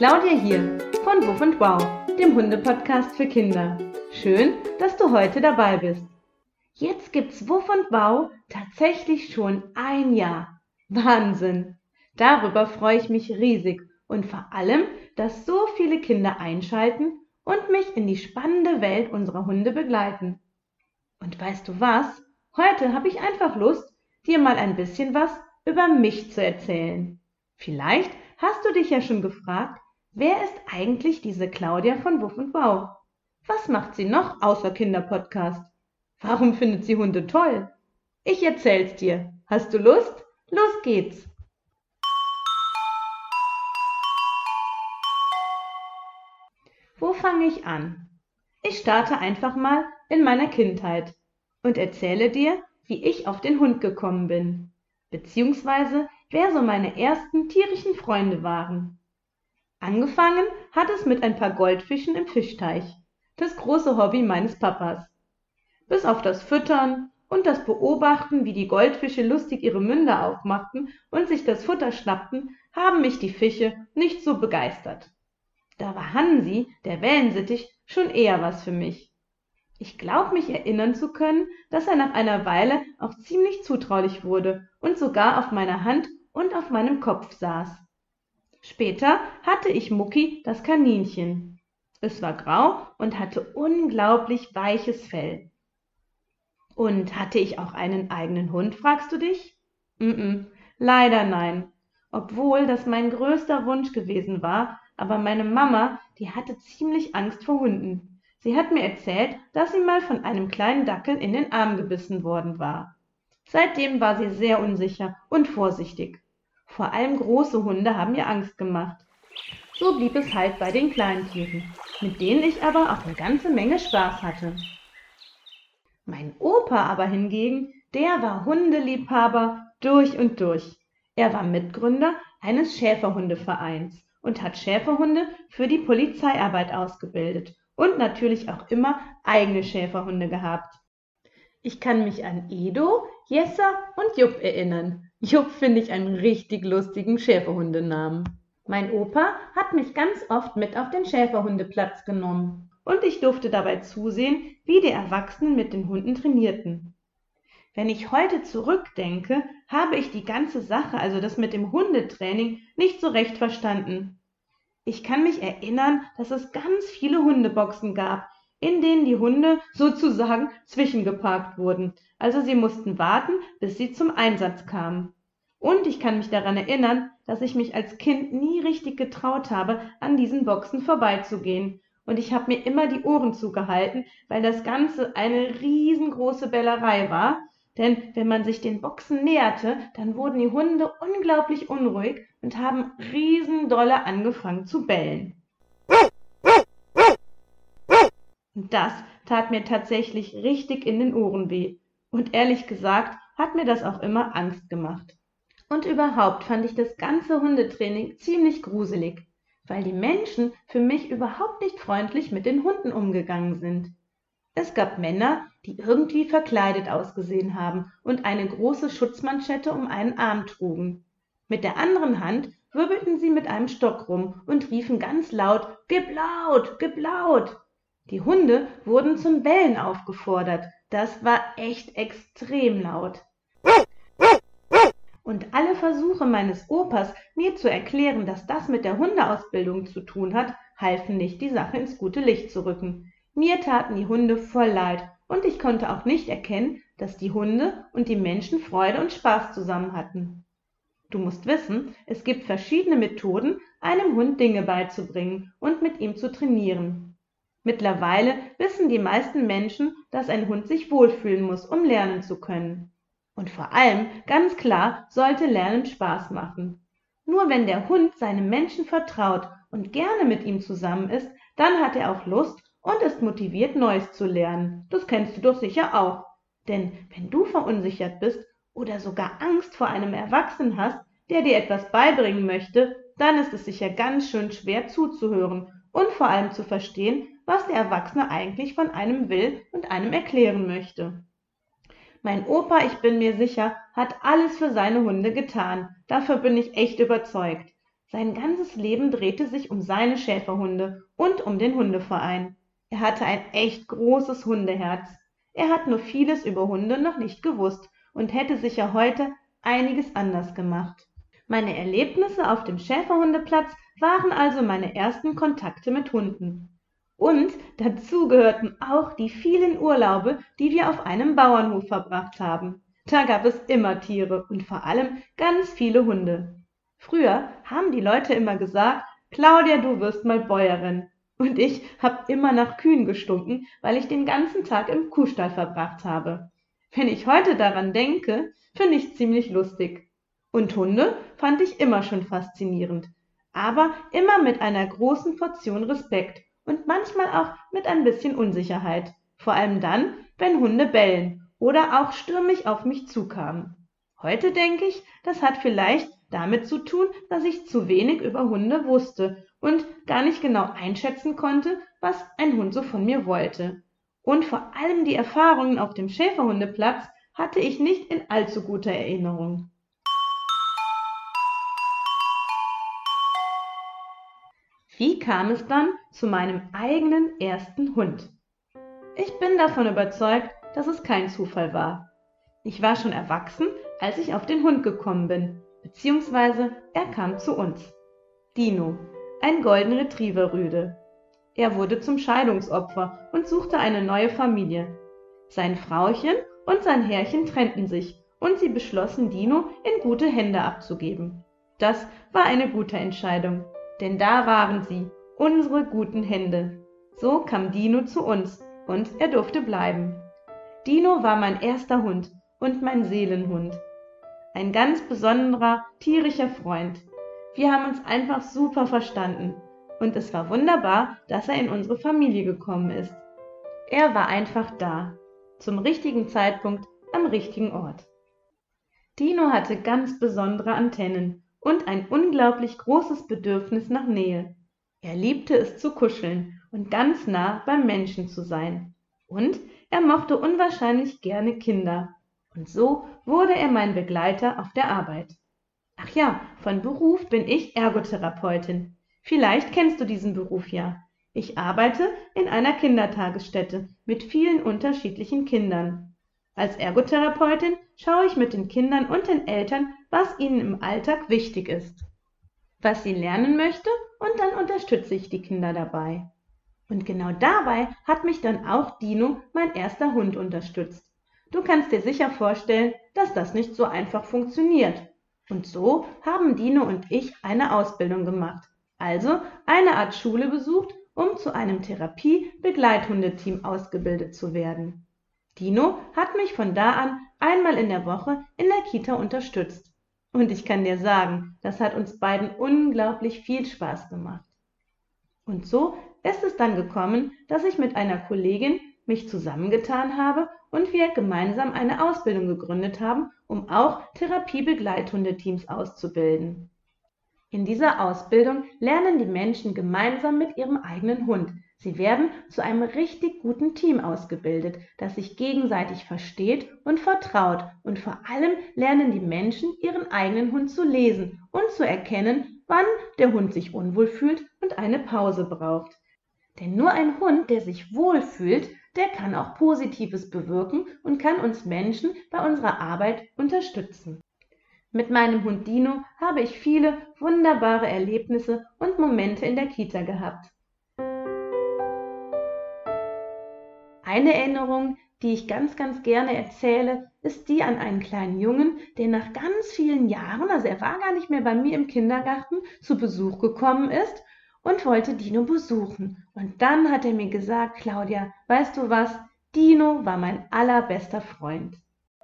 Claudia hier von Wuff und Wow, dem Hunde-Podcast für Kinder. Schön, dass du heute dabei bist. Jetzt gibt's Wuff und Wow tatsächlich schon ein Jahr. Wahnsinn! Darüber freue ich mich riesig und vor allem, dass so viele Kinder einschalten und mich in die spannende Welt unserer Hunde begleiten. Und weißt du was? Heute habe ich einfach Lust, dir mal ein bisschen was über mich zu erzählen. Vielleicht hast du dich ja schon gefragt, wer ist eigentlich diese Claudia von Wuff und Wow? Was macht sie noch außer Kinderpodcast? Warum findet sie Hunde toll? Ich erzähl's dir. Hast du Lust? Los geht's! Wo fange ich an? Ich starte einfach mal in meiner Kindheit und erzähle dir, wie ich auf den Hund gekommen bin, beziehungsweise wer so meine ersten tierischen Freunde waren. Angefangen hat es mit ein paar Goldfischen im Fischteich, das große Hobby meines Papas. Bis auf das Füttern und das Beobachten, wie die Goldfische lustig ihre Münder aufmachten und sich das Futter schnappten, haben mich die Fische nicht so begeistert. Da war Hansi, der Wellensittich, schon eher was für mich. Ich glaube mich erinnern zu können, dass er nach einer Weile auch ziemlich zutraulich wurde und sogar auf meiner Hand und auf meinem Kopf saß. Später hatte ich Mucki, das Kaninchen. Es war grau und hatte unglaublich weiches Fell. Und hatte ich auch einen eigenen Hund, fragst du dich? Leider nein. Obwohl das mein größter Wunsch gewesen war, aber meine Mama, die hatte ziemlich Angst vor Hunden. Sie hat mir erzählt, dass sie mal von einem kleinen Dackel in den Arm gebissen worden war. Seitdem war sie sehr unsicher und vorsichtig. Vor allem große Hunde haben ihr Angst gemacht. So blieb es halt bei den Kleintieren, mit denen ich aber auch eine ganze Menge Spaß hatte. Mein Opa aber hingegen, der war Hundeliebhaber durch und durch. Er war Mitgründer eines Schäferhundevereins und hat Schäferhunde für die Polizeiarbeit ausgebildet und natürlich auch immer eigene Schäferhunde gehabt. Ich kann mich an Edo, Jessa und Jupp erinnern. Jupp finde ich einen richtig lustigen Schäferhundenamen. Mein Opa hat mich ganz oft mit auf den Schäferhundeplatz genommen und ich durfte dabei zusehen, wie die Erwachsenen mit den Hunden trainierten. Wenn ich heute zurückdenke, habe ich die ganze Sache, also das mit dem Hundetraining, nicht so recht verstanden. Ich kann mich erinnern, dass es ganz viele Hundeboxen gab, in denen die Hunde sozusagen zwischengeparkt wurden. Also sie mussten warten, bis sie zum Einsatz kamen. Und ich kann mich daran erinnern, dass ich mich als Kind nie richtig getraut habe, an diesen Boxen vorbeizugehen. Und ich habe mir immer die Ohren zugehalten, weil das Ganze eine riesengroße Bellerei war. Denn wenn man sich den Boxen näherte, dann wurden die Hunde unglaublich unruhig und haben riesendolle angefangen zu bellen. Und das tat mir tatsächlich richtig in den Ohren weh. Und ehrlich gesagt hat mir das auch immer Angst gemacht. Und überhaupt fand ich das ganze Hundetraining ziemlich gruselig, weil die Menschen für mich überhaupt nicht freundlich mit den Hunden umgegangen sind. Es gab Männer, die irgendwie verkleidet ausgesehen haben und eine große Schutzmanschette um einen Arm trugen. Mit der anderen Hand wirbelten sie mit einem Stock rum und riefen ganz laut: »Gib laut, gib laut!« Die Hunde wurden zum Bellen aufgefordert. Das war echt extrem laut. Und alle Versuche meines Opas, mir zu erklären, dass das mit der Hundeausbildung zu tun hat, halfen nicht, die Sache ins gute Licht zu rücken. Mir taten die Hunde voll leid und ich konnte auch nicht erkennen, dass die Hunde und die Menschen Freude und Spaß zusammen hatten. Du musst wissen, es gibt verschiedene Methoden, einem Hund Dinge beizubringen und mit ihm zu trainieren. Mittlerweile wissen die meisten Menschen, dass ein Hund sich wohlfühlen muss, um lernen zu können. Und vor allem, ganz klar, sollte Lernen Spaß machen. Nur wenn der Hund seinem Menschen vertraut und gerne mit ihm zusammen ist, dann hat er auch Lust und ist motiviert, Neues zu lernen. Das kennst du doch sicher auch. Denn wenn du verunsichert bist oder sogar Angst vor einem Erwachsenen hast, der dir etwas beibringen möchte, dann ist es sicher ganz schön schwer zuzuhören und vor allem zu verstehen, was der Erwachsene eigentlich von einem will und einem erklären möchte. Mein Opa, ich bin mir sicher, hat alles für seine Hunde getan. Dafür bin ich echt überzeugt. Sein ganzes Leben drehte sich um seine Schäferhunde und um den Hundeverein. Er hatte ein echt großes Hundeherz. Er hat nur vieles über Hunde noch nicht gewusst und hätte sicher heute einiges anders gemacht. Meine Erlebnisse auf dem Schäferhundeplatz waren also meine ersten Kontakte mit Hunden. Und dazu gehörten auch die vielen Urlaube, die wir auf einem Bauernhof verbracht haben. Da gab es immer Tiere und vor allem ganz viele Hunde. Früher haben die Leute immer gesagt, Claudia, du wirst mal Bäuerin. Und ich habe immer nach Kühen gestunken, weil ich den ganzen Tag im Kuhstall verbracht habe. Wenn ich heute daran denke, finde ich ziemlich lustig. Und Hunde fand ich immer schon faszinierend, aber immer mit einer großen Portion Respekt und manchmal auch mit ein bisschen Unsicherheit, vor allem dann, wenn Hunde bellen oder auch stürmisch auf mich zukamen. Heute denke ich, das hat vielleicht damit zu tun, dass ich zu wenig über Hunde wusste und gar nicht genau einschätzen konnte, was ein Hund so von mir wollte. Und vor allem die Erfahrungen auf dem Schäferhundeplatz hatte ich nicht in allzu guter Erinnerung. Wie kam es dann zu meinem eigenen ersten Hund? Ich bin davon überzeugt, dass es kein Zufall war. Ich war schon erwachsen, als ich auf den Hund gekommen bin, beziehungsweise er kam zu uns. Dino, ein Golden Retriever Rüde. Er wurde zum Scheidungsopfer und suchte eine neue Familie. Sein Frauchen und sein Herrchen trennten sich und sie beschlossen, Dino in gute Hände abzugeben. Das war eine gute Entscheidung, denn da waren sie, unsere guten Hände. So kam Dino zu uns und er durfte bleiben. Dino war mein erster Hund und mein Seelenhund. Ein ganz besonderer, tierischer Freund. Wir haben uns einfach super verstanden und es war wunderbar, dass er in unsere Familie gekommen ist. Er war einfach da, zum richtigen Zeitpunkt, am richtigen Ort. Dino hatte ganz besondere Antennen und ein unglaublich großes Bedürfnis nach Nähe. Er liebte es zu kuscheln und ganz nah beim Menschen zu sein. Und er mochte unwahrscheinlich gerne Kinder. Und so wurde er mein Begleiter auf der Arbeit. Ach ja, von Beruf bin ich Ergotherapeutin. Vielleicht kennst du diesen Beruf ja. Ich arbeite in einer Kindertagesstätte mit vielen unterschiedlichen Kindern. Als Ergotherapeutin schaue ich mit den Kindern und den Eltern, was ihnen im Alltag wichtig ist, was sie lernen möchte, und dann unterstütze ich die Kinder dabei. Und genau dabei hat mich dann auch Dino, mein erster Hund, unterstützt. Du kannst dir sicher vorstellen, dass das nicht so einfach funktioniert. Und so haben Dino und ich eine Ausbildung gemacht, also eine Art Schule besucht, um zu einem Therapie-Begleithundeteam ausgebildet zu werden. Dino hat mich von da an einmal in der Woche in der Kita unterstützt. Und ich kann dir sagen, das hat uns beiden unglaublich viel Spaß gemacht. Und so ist es dann gekommen, dass ich mit einer Kollegin mich zusammengetan habe und wir gemeinsam eine Ausbildung gegründet haben, um auch Therapie-Begleithundeteams auszubilden. In dieser Ausbildung lernen die Menschen gemeinsam mit ihrem eigenen Hund. Sie werden zu einem richtig guten Team ausgebildet, das sich gegenseitig versteht und vertraut. Und vor allem lernen die Menschen, ihren eigenen Hund zu lesen und zu erkennen, wann der Hund sich unwohl fühlt und eine Pause braucht. Denn nur ein Hund, der sich wohlfühlt, der kann auch Positives bewirken und kann uns Menschen bei unserer Arbeit unterstützen. Mit meinem Hund Dino habe ich viele wunderbare Erlebnisse und Momente in der Kita gehabt. Eine Erinnerung, die ich ganz gerne erzähle, ist die an einen kleinen Jungen, der nach ganz vielen Jahren, also er war gar nicht mehr bei mir im Kindergarten, zu Besuch gekommen ist und wollte Dino besuchen. Und dann hat er mir gesagt, Claudia, weißt du was? Dino war mein allerbester Freund.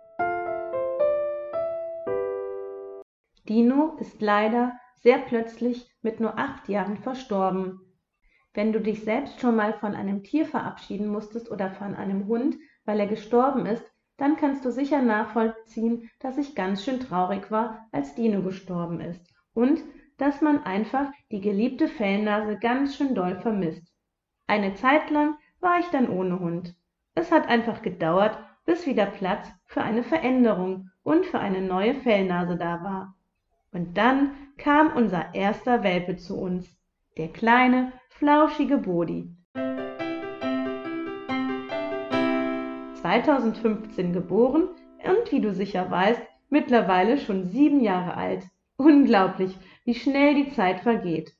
Dino ist leider sehr plötzlich mit nur 8 Jahren verstorben. Wenn du dich selbst schon mal von einem Tier verabschieden musstest oder von einem Hund, weil er gestorben ist, dann kannst du sicher nachvollziehen, dass ich ganz schön traurig war, als Dino gestorben ist und dass man einfach die geliebte Fellnase ganz schön doll vermisst. Eine Zeit lang war ich dann ohne Hund. Es hat einfach gedauert, bis wieder Platz für eine Veränderung und für eine neue Fellnase da war. Und dann kam unser erster Welpe zu uns, der kleine, flauschige Bodi. 2015 geboren und wie du sicher weißt, mittlerweile schon 7 Jahre alt. Unglaublich, wie schnell die Zeit vergeht.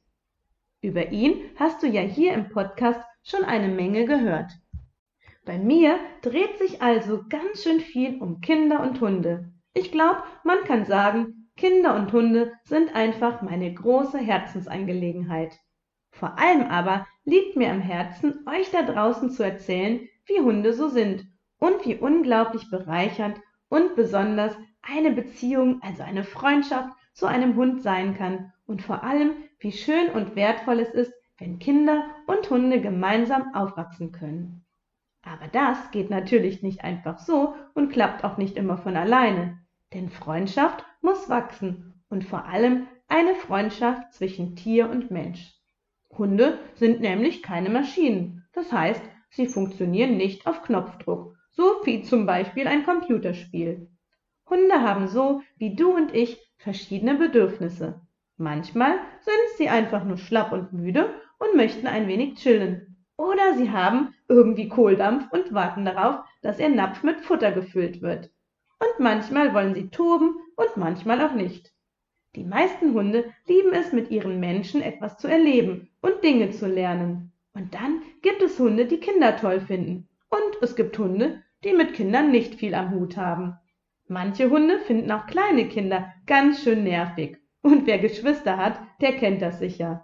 Über ihn hast du ja hier im Podcast schon eine Menge gehört. Bei mir dreht sich also ganz schön viel um Kinder und Hunde. Ich glaube, man kann sagen, Kinder und Hunde sind einfach meine große Herzensangelegenheit. Vor allem aber liegt mir am Herzen, euch da draußen zu erzählen, wie Hunde so sind und wie unglaublich bereichernd und besonders eine Beziehung, also eine Freundschaft zu einem Hund sein kann und vor allem, wie schön und wertvoll es ist, wenn Kinder und Hunde gemeinsam aufwachsen können. Aber das geht natürlich nicht einfach so und klappt auch nicht immer von alleine, denn Freundschaft muss wachsen und vor allem eine Freundschaft zwischen Tier und Mensch. Hunde sind nämlich keine Maschinen, das heißt, sie funktionieren nicht auf Knopfdruck, so wie zum Beispiel ein Computerspiel. Hunde haben so wie du und ich verschiedene Bedürfnisse. Manchmal sind sie einfach nur schlapp und müde und möchten ein wenig chillen. Oder sie haben irgendwie Kohldampf und warten darauf, dass ihr Napf mit Futter gefüllt wird. Und manchmal wollen sie toben und manchmal auch nicht. Die meisten Hunde lieben es, mit ihren Menschen etwas zu erleben und Dinge zu lernen. Und dann gibt es Hunde, die Kinder toll finden. Und es gibt Hunde, die mit Kindern nicht viel am Hut haben. Manche Hunde finden auch kleine Kinder ganz schön nervig. Und wer Geschwister hat, der kennt das sicher.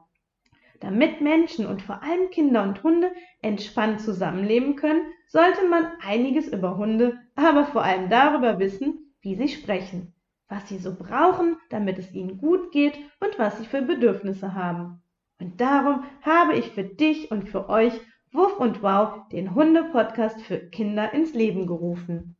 Damit Menschen und vor allem Kinder und Hunde entspannt zusammenleben können, sollte man einiges über Hunde, aber vor allem darüber wissen, wie sie sprechen, was sie so brauchen, damit es ihnen gut geht und was sie für Bedürfnisse haben. Und darum habe ich für dich und für euch Wuff und Wow, den Hunde-Podcast für Kinder ins Leben gerufen.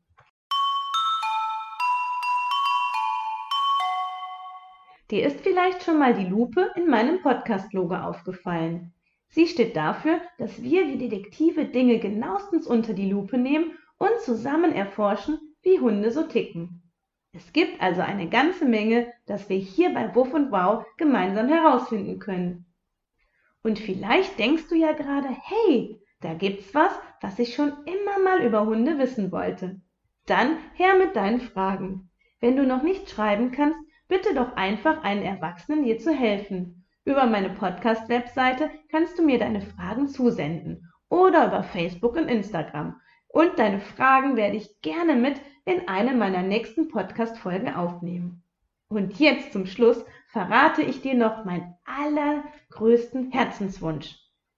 Dir ist vielleicht schon mal die Lupe in meinem Podcast-Logo aufgefallen. Sie steht dafür, dass wir wie Detektive Dinge genauestens unter die Lupe nehmen und zusammen erforschen, wie Hunde so ticken. Es gibt also eine ganze Menge, das wir hier bei Wuff und Wow gemeinsam herausfinden können. Und vielleicht denkst du ja gerade, hey, da gibt's was ich schon immer mal über Hunde wissen wollte. Dann her mit deinen Fragen. Wenn du noch nicht schreiben kannst, bitte doch einfach einen Erwachsenen, dir zu helfen. Über meine Podcast-Webseite kannst du mir deine Fragen zusenden oder über Facebook und Instagram. Und deine Fragen werde ich gerne mit in eine meiner nächsten Podcast-Folgen aufnehmen. Und jetzt zum Schluss verrate ich dir noch meinen allergrößten Herzenswunsch.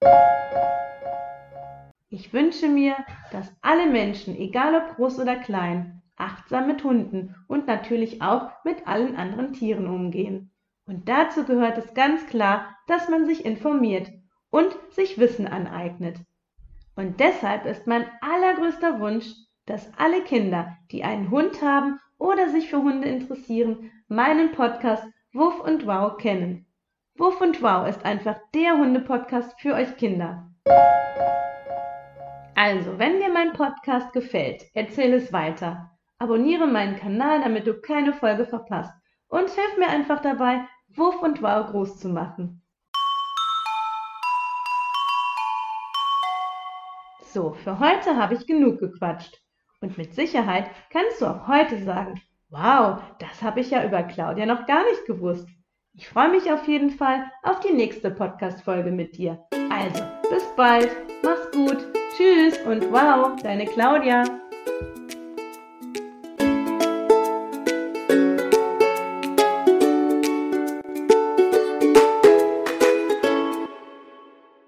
Ich wünsche mir, dass alle Menschen, egal ob groß oder klein, achtsam mit Hunden und natürlich auch mit allen anderen Tieren umgehen. Und dazu gehört es ganz klar, dass man sich informiert und sich Wissen aneignet. Und deshalb ist mein allergrößter Wunsch, dass alle Kinder, die einen Hund haben oder sich für Hunde interessieren, meinen Podcast Wuff und Wow kennen. Wuff und Wow ist einfach der Hunde-Podcast für euch Kinder. Also, wenn dir mein Podcast gefällt, erzähle es weiter. Abonniere meinen Kanal, damit du keine Folge verpasst. Und hilf mir einfach dabei, Wuff und Wow groß zu machen. So, für heute habe ich genug gequatscht. Und mit Sicherheit kannst du auch heute sagen, wow, das habe ich ja über Claudia noch gar nicht gewusst. Ich freue mich auf jeden Fall auf die nächste Podcast-Folge mit dir. Also, bis bald, mach's gut, tschüss und wow, deine Claudia.